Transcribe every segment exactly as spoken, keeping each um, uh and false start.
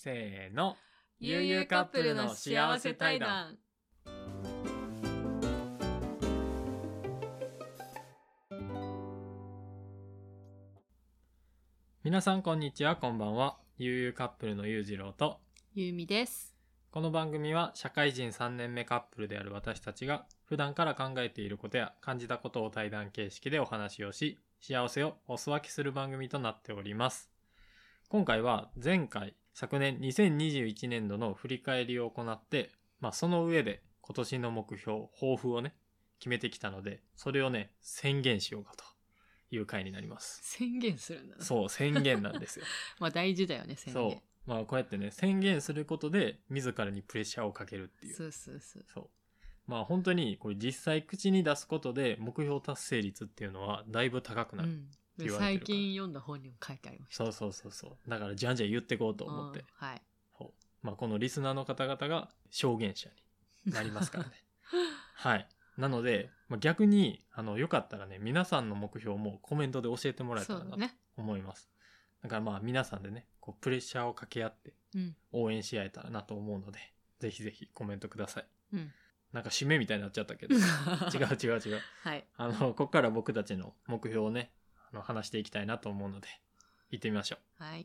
せーの、 悠々カップルの幸せ対談。 皆さんこんにちは、こんばんは。悠々カップルのゆうじろうとゆうみです。 この番組は社会人さんねんめカップルである私たちが普段から考えていることや感じたことを対談形式でお話をし、幸せをお裾分けする番組となっております。今回は前回昨年にせんにじゅういちねんどの振り返りを行って、まあ、その上で今年の目標抱負をね決めてきたので、それをね宣言しようかという回になります。 宣言するんだな。 そう、宣言なんですよ。 まあ大事だよね、宣言。 そう、まあこうやってね宣言することで自らにプレッシャーをかけるっていう。 そうそうそう。 そう。まあ本当にこれ実際口に出すことで目標達成率っていうのはだいぶ高くなるって言われてるから、うん、 最近読んだ本にも書いてありました。 そうそうそうそう。だからじゃんじゃん言ってこうと思って、 はい。 そう。まあこのリスナーの方々が証言者になりますからね。はい。なので、まあ、逆にあのよかったらね皆さんの目標もコメントで教えてもらえたらなと思います。だからまあ皆さんでねこうプレッシャーをかけ合って応援し合えたらなと思うので、うん、ぜひぜひコメントください。うん、なんか締めみたいになっちゃったけど違う違う違う、はい、あのここから僕たちの目標をねあの話していきたいなと思うので行ってみましょう。 はい。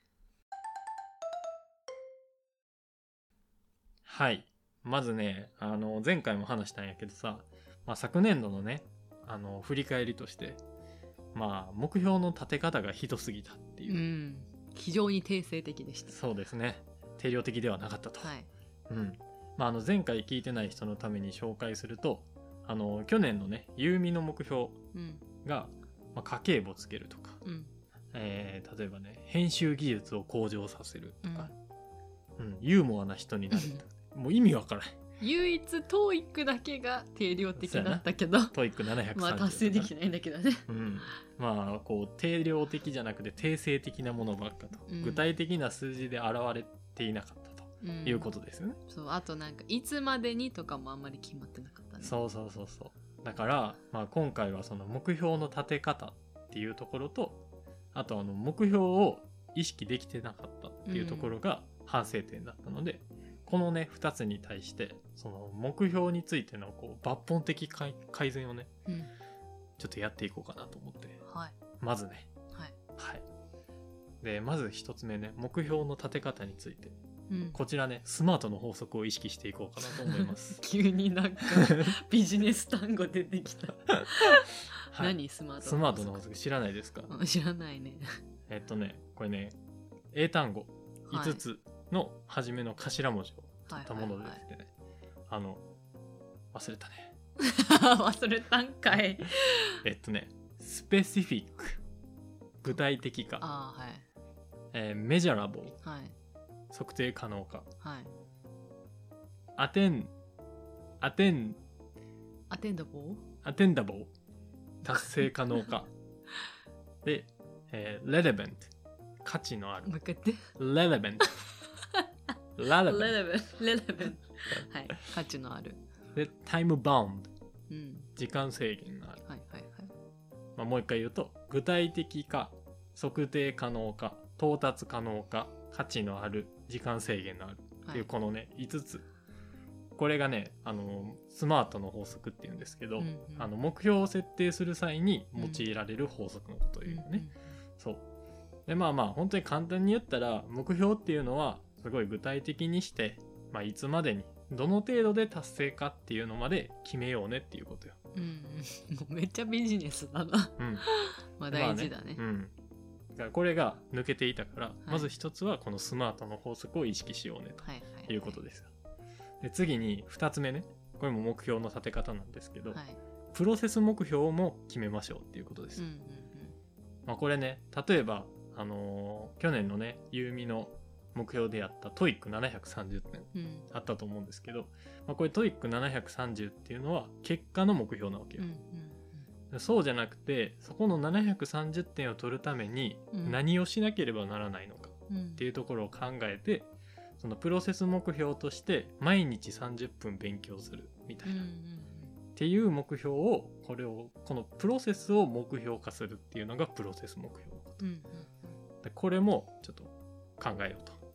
はい。まずねあの前回も話したんやけどさ、まあ、昨年度のねあの振り返りとしてまあ目標の立て方がひどすぎたっていう、うん、 非常に定性的でした。 そうですね、定量的ではなかったと、 はい、 うん。まあ、あの前回聞いてない人のために紹介すると、あの去年のねゆうみの目標が、うんまあ、家計簿つけるとか、うんえー、例えばね編集技術を向上させるとか、うんうん、ユーモアな人になるとかもう意味わからない。 唯一トーイックだけが定量的だったけどトーイックななひゃくさんじゅうまあ達成できないんだけどね、 うん、まあこう定量的じゃなくて定性的なものばっかと、うん、具体的な数字で現れていなかったということですよね、 うん、そうあとなんかいつまでにとかもあんまり決まってなかったね。 そうそうそうそう。だから、まあ、今回はその目標の立て方っていうところと、あとあの目標を意識できてなかったっていうところが反省点だったので、うんこのねふたつに対してその目標についてのこう抜本的改善をね、うん、ちょっとやっていこうかなと思って、はい、まずね、はいはい、でまずひとつめね目標の立て方について、うん、こちらねスマートの法則を意識していこうかなと思います。 急になんかビジネス単語出てきた、はい、何スマートの法則？ スマートの法則知らないですか？ 知らないね。 えっとねこれね英単語いつつの初めの頭文字を取ったものでですね、はいはいはい、あの忘れたね忘れたんかいえっとねスペシフィック具体的か、 あ、はいえー、メジャラボー、 はい、 測定可能か、 はい、 アテンアテンアテンダボーアテンダボー達成可能かで、えー、レレベント価値のある。 もう一回言って。 レレベントラレベントレレベントレレベントはい価値のあるでタイムバウンド、うん、時間制限がある、はいはいはいまあ、もう一回言うと具体的か測定可能か到達可能か価値のある時間制限のあるっていうこのね、はい、いつつこれがねあのスマートの法則っていうんですけど、うんうん、あの目標を設定する際に用いられる法則のことを言うよね、うんうん、そうでまあまあ本当に簡単に言ったら目標っていうのはすごい具体的にして、まあ、いつまでにどの程度で達成かっていうのまで決めようねっていうことよ。 うん、もうめっちゃビジネスだな。うん、まあ大事だね。 まあ、ねうん。だからこれが抜けていたから、はい、まず一つはこのスマートの法則を意識しようねということですよ。で次に二つ目ね、これも目標の立て方なんですけど、はい、プロセス目標も決めましょうっていうことです。うんうんうんまあ、これね、例えばあのー、去年のねゆうみの目標でやったトイックななひゃくさんじゅってんあったと思うんですけど、うんまあ、これトイックななひゃくさんじゅうっていうのは結果の目標なわけよ、うんうんうん、そうじゃなくてそこのななひゃくさんじゅってんを取るために何をしなければならないのかっていうところを考えて、そのプロセス目標として毎日さんじゅっぷん勉強するみたいな、うんうんうん、っていう目標をこれをこのプロセスを目標化するっていうのがプロセス目標のこと、うんうんうん、でこれもちょっと考えようと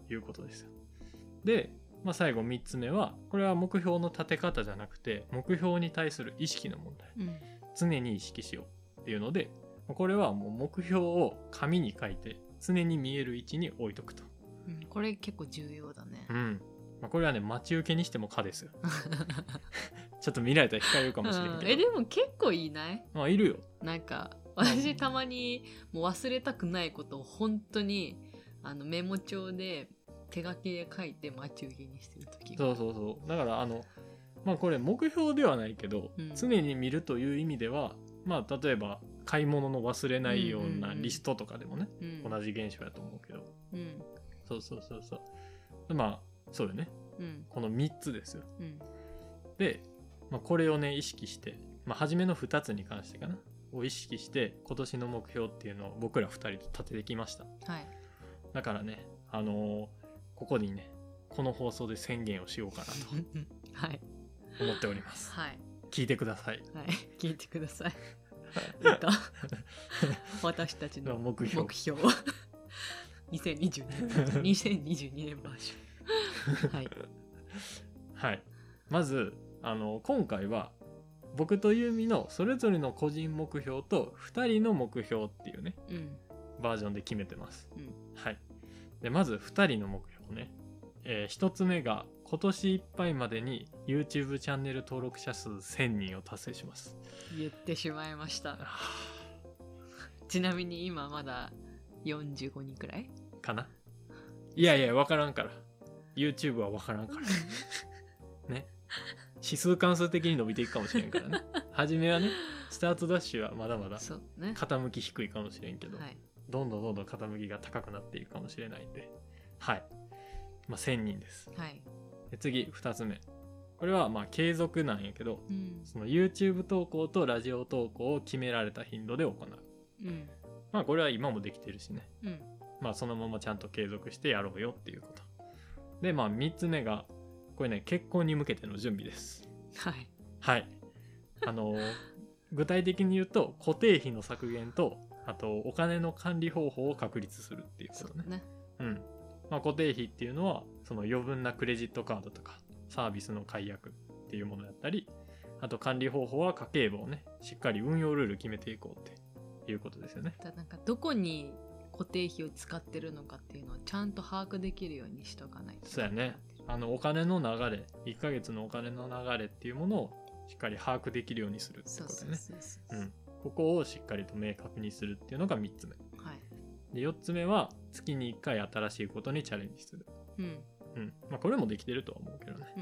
いうことですよ。で、まあ、最後みっつめはこれは目標の立て方じゃなくて目標に対する意識の問題、うん、常に意識しようっていうので、これはもう目標を紙に書いて常に見える位置に置いとくと、 うん、これ結構重要だね。 うん、まあ、これはね待ち受けにしても可ですよちょっと見られたら控えるかもしれんけど、うん、 えでも結構いないあいるよ。 なんか私たまにもう忘れたくないことを本当にあのメモ帳で手書きで書いて待ち受けにしてる時そうそうそうだからあのまあこれ目標ではないけど、うん、常に見るという意味ではまあ例えば買い物の忘れないようなリストとかでもね、うんうん、同じ現象やと思うけど、うん、そうそうそうそうまあそうよね、うん、このみっつですよ、うん、で、まあ、これをね意識して、まあ、初めのふたつに関してかなを意識して今年の目標っていうのを僕らふたりで立ててきました、はい、だからねあのー、ここにねこの放送で宣言をしようかなとはい思っております、はい、聞いてください。 はい聞いてください私たちの目標、目標にせんにじゅうにねんにせんにじゅうにねんバージョンはい、 はい、まずあの今回は僕とユーミのそれぞれの個人目標とふたりの目標っていうね、うん、バージョンで決めてます、うん、はい。でまずふたりの目標ね、えー、ひとつめが今年いっぱいまでに YouTube チャンネル登録者数せんにんを達成します。 言ってしまいましたちなみに今まだよんじゅうごにんくらいかな。いやいや分からんから YouTube は分からんからね指数関数的に伸びていくかもしれんからね初めはねスタートダッシュはまだまだ傾き低いかもしれんけど、ねはい、どんどんどんどん傾きが高くなっていくかもしれないんではい、まあ、せんにんです、はい、で次ふたつめこれはまあ継続なんやけど、うん、その YouTube 投稿とラジオ投稿を決められた頻度で行う、うん、まあこれは今もできてるしね、うん、まあそのままちゃんと継続してやろうよっていうことで、まあみっつめがこれね結婚に向けての準備です。はいはいあのー、具体的に言うと固定費の削減とあとお金の管理方法を確立するっていうことね。う、ね、うんまあ、固定費っていうのはその余分なクレジットカードとかサービスの解約っていうものだったり、あと管理方法は家計簿をねしっかり運用ルール決めていこうっていうことですよね。 だなんかどこに固定費を使ってるのかっていうのをちゃんと把握できるようにしとかないと。 そうやね。あのお金の流れいっかげつのお金の流れっていうものをしっかり把握できるようにするってことでね。ここをしっかりと明確にするっていうのがみっつめ、はい、でよっつめは月にいっかい新しいことにチャレンジする、うんうんまあ、これもできてるとは思うけどね、うん、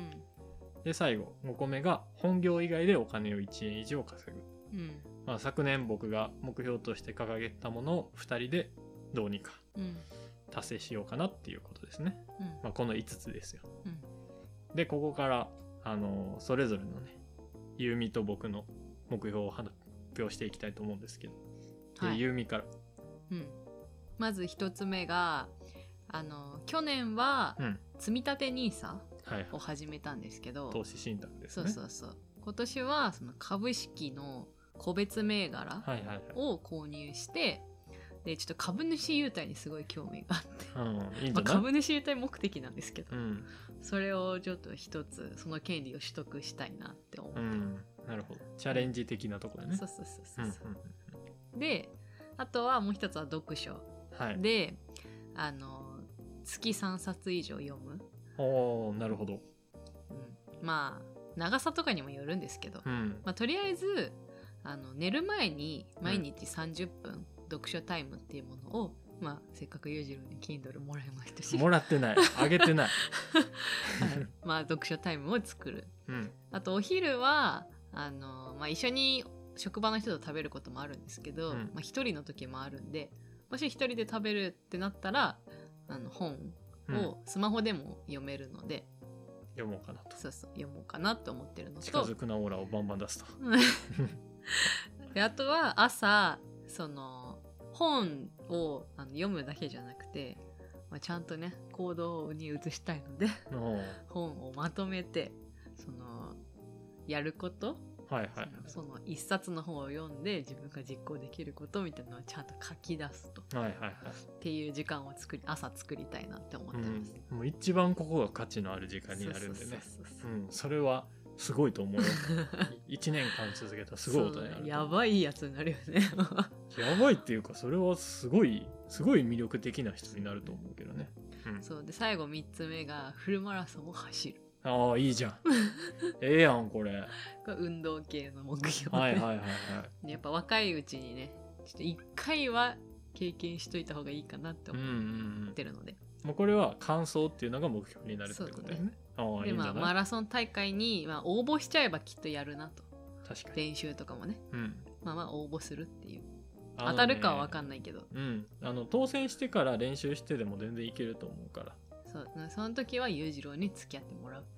で最後ごこめが本業以外でお金をいちえん以上稼ぐ、うんまあ、昨年僕が目標として掲げたものをふたりでどうにか達成しようかなっていうことですね、うんまあ、このいつつですよ、うん、でここからあのそれぞれのねゆうみと僕の目標を発表していきたいと思うんですけど、はい、ゆうみから、 うん、まず一つ目があの去年は積み立て ニーサ を始めたんですけど、 はいはい、投資信託ですね。 そうそうそう今年はその株式の個別銘柄を購入して、はいはいはい、でちょっと株主優待にすごい興味があって、うんいいんじゃないまあ、株主優待目的なんですけど、うん、それをちょっと一つその権利を取得したいなって思って、うん、 なるほどチャレンジ的なところね。 そうそうそうそう、うんうん、であとはもう一つは読書、はい、であの月さんさつ以上読む。 おーなるほど、 うん、まあ長さとかにもよるんですけど、うんまあ、とりあえずあの寝る前に毎日さんじゅっぷん、うん、読書タイムっていうものを、まあ、せっかく裕次郎に Kindle もらいましたしもらってないあげてない、はい、 まあ読書タイムを作る、うん、あとお昼はあの、まあ、一緒に職場の人と食べることもあるんですけど、うんまあ、一人の時もあるんでもし一人で食べるってなったらあの本をスマホでも読めるので、 うん、読もうかなとそうそう読もうかなと思ってるのと近づくなオーラをバンバン出すとであとは朝その本をあの読むだけじゃなくて、まあ、ちゃんとね行動に移したいので本をまとめてそのやることはいはい、 その一冊の本を読んで自分が実行できることみたいなのをちゃんと書き出すと、 はいはいはい、 っていう時間を作り朝作りたいなって思ってます、 うん、もう一番ここが価値のある時間になるんでね、それはすごいと思うよいちねんかん続けたらすごい大人になる、 やばいやつになるよねやばいっていうかそれはすごいすごい魅力的な人になると思うけどね、 うん、そうで最後みっつめがフルマラソンを走る。 ああいいじゃんええやんこれ運動系の目標、 ね、はいはいはいはいやっぱ若いうちにねちょっといっかいは経験しといた方がいいかなって思ってるので、うんうんうん、 もうこれは完走っていうのが目標になるってことですね。 あでまあマラソン大会に、まあ、応募しちゃえばきっとやるなと。 確かに練習とかもね、うん、まあまあ応募するっていう、ね、当たるかは分かんないけど、 うん、あの当選してから練習してでも全然いけると思うから、 そうその時は裕次郎に付き合ってもらう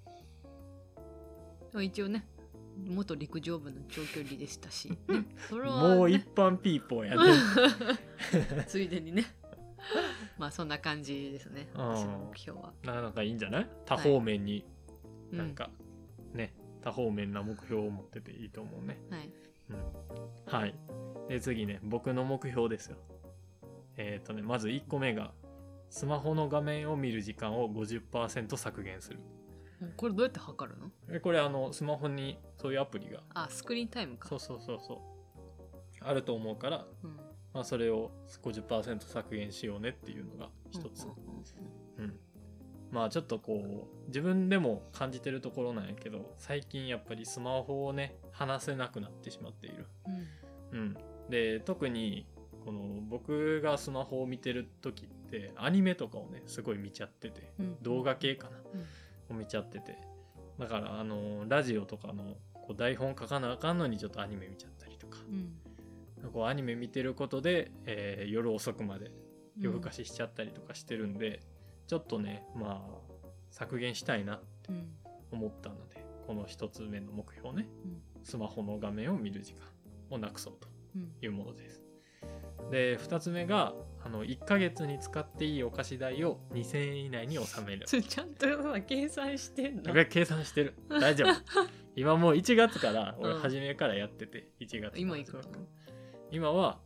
と。一応ね元陸上部の長距離でしたし、ね、それは、ね、 もう一般ピーポーやねついでにねまあそんな感じですね、私の目標は。 なんかいいんじゃない？多方面に、はい、なんか、うん、ね多方面な目標を持ってていいと思うね。 はい、 うん、はい。で次ね僕の目標ですよ。えっ、ー、とねまずいっこめがスマホの画面を見る時間を ごじゅっパーセント 削減する。 これどうやって測るの？ これあのスマホにそういうアプリがあスクリーンタイムかそうそうそうそうあると思うから、うんまあ、それを ごじゅっパーセント 削減しようねっていうのが一つ、うん、うん、まあちょっとこう自分でも感じてるところなんやけど最近やっぱりスマホをね離せなくなってしまっている、うんうん、で特にこの僕がスマホを見てる時ってアニメとかをねすごい見ちゃってて、うん、動画系かな、うんを見ちゃっててだからあのラジオとかのこう台本書かなあかんのにちょっとアニメ見ちゃったりとか、うん、こうアニメ見てることで、えー、夜遅くまで夜更かししちゃったりとかしてるんで、うん、ちょっとねまあ削減したいなって思ったので、うん、この一つ目の目標ね、うん、スマホの画面を見る時間をなくそうというものです、うん、でふたつめがあのいっかげつに使っていいお菓子代をにせんえん以内に収める。 ちゃんと計算してんの？ 俺計算してる。大丈夫。今もういちがつから俺初めからやってて、いちがつ今いくら？ 今は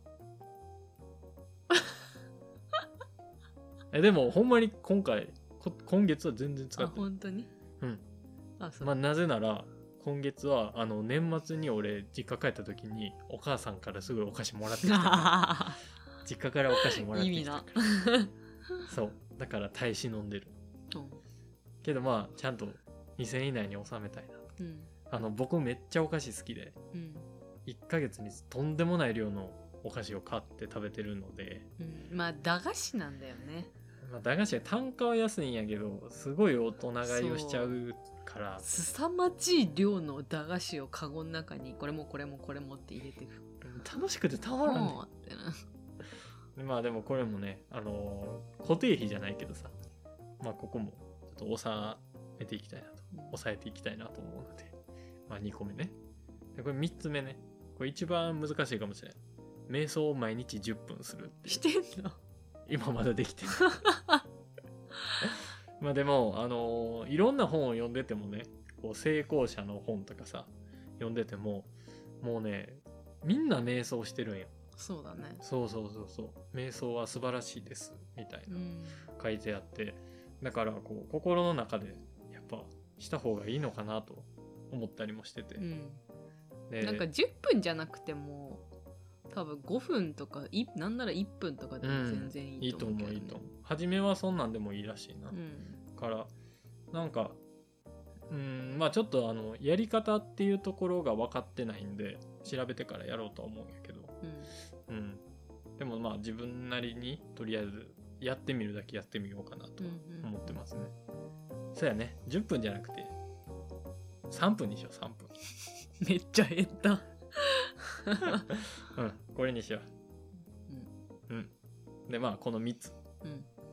えでもほんまに今回今月は全然使ってる。 あ本当に？ うん。あそう。まあなぜなら今月はあの年末に俺実家帰った時にお母さんからすごいお菓子もらってきた。実家からお菓子もらってきたからそうだから耐え忍んでる、うん、けどまあちゃんとにせんえん以内に収めたいな、うん、あの僕めっちゃお菓子好きで、うん、いっかげつにとんでもない量のお菓子を買って食べてるので、 うん、まあ駄菓子なんだよね、 まあ、駄菓子は単価は安いんやけどすごい大人買いをしちゃうから凄まじい量の駄菓子をカゴの中にこれもこれもこれもって入れてく楽しくてたまらんねまあでもこれもね、あのー、固定費じゃないけどさ、まあここもちょっと抑えていきたいなと、うん、抑えていきたいなと思うので、まあにこめね。でこれみっつめね、これ一番難しいかもしれない。瞑想を毎日じゅっぷんするって。 してんの？ 今まだできてる。まあでも、あのー、いろんな本を読んでてもね、こう成功者の本とかさ、読んでても、もうね、みんな瞑想してるんよ。 そうだね。 そうそうそうそう。瞑想は素晴らしいですみたいな書いてあって、うん、だからこう心の中でやっぱした方がいいのかなと思ったりもしてて、うん、 でなんかじゅっぷんじゃなくても多分ごふんとかいなんならいっぷんとかでも全然いいと思うけど、ね、うん、いいと思ういいと思う。初めはそんなんでもいいらしいな、うん、からなんかうんまあちょっとあのやり方っていうところが分かってないんで調べてからやろうとは思うんやけど、うん、うん、でもまあ自分なりにとりあえずやってみるだけやってみようかなと思ってますね、うんうん、そうやねじゅっぷんじゃなくてさんぷんにしようさんぷんめっちゃ減ったうんこれにしよう、うん、うん、でまあこのみっつ、うん、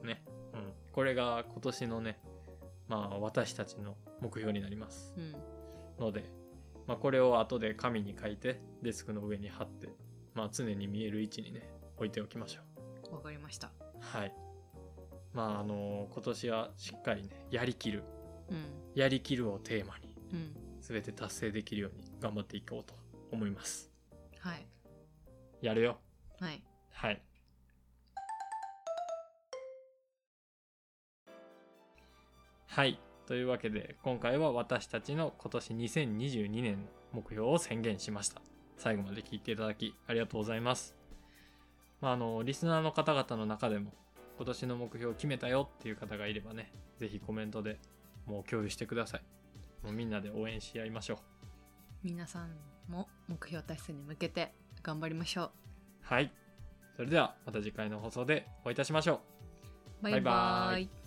ね、うん、これが今年のねまあ私たちの目標になります、うん、ので、まあ、これを後で紙に書いてデスクの上に貼って、まあ、常に見える位置にね置いておきましょう。わかりました。 はい。まああの今年はしっかりねやりきる、うん、やりきるをテーマに、うん、全て達成できるように頑張っていこうと思います。 はい。 やるよ。 はい。 はい。はい。というわけで、今回は私たちの今年にせんにじゅうにねんの目標を宣言しました。最後まで聞いていただきありがとうございます。まあ、あの、リスナーの方々の中でも、今年の目標を決めたよっていう方がいればね、ぜひコメントでもう共有してください。もうみんなで応援し合いましょう。 皆さんも目標達成に向けて頑張りましょう。 はい。それではまた次回の放送でお会いいたしましょう。 バイバイ。バイバイ。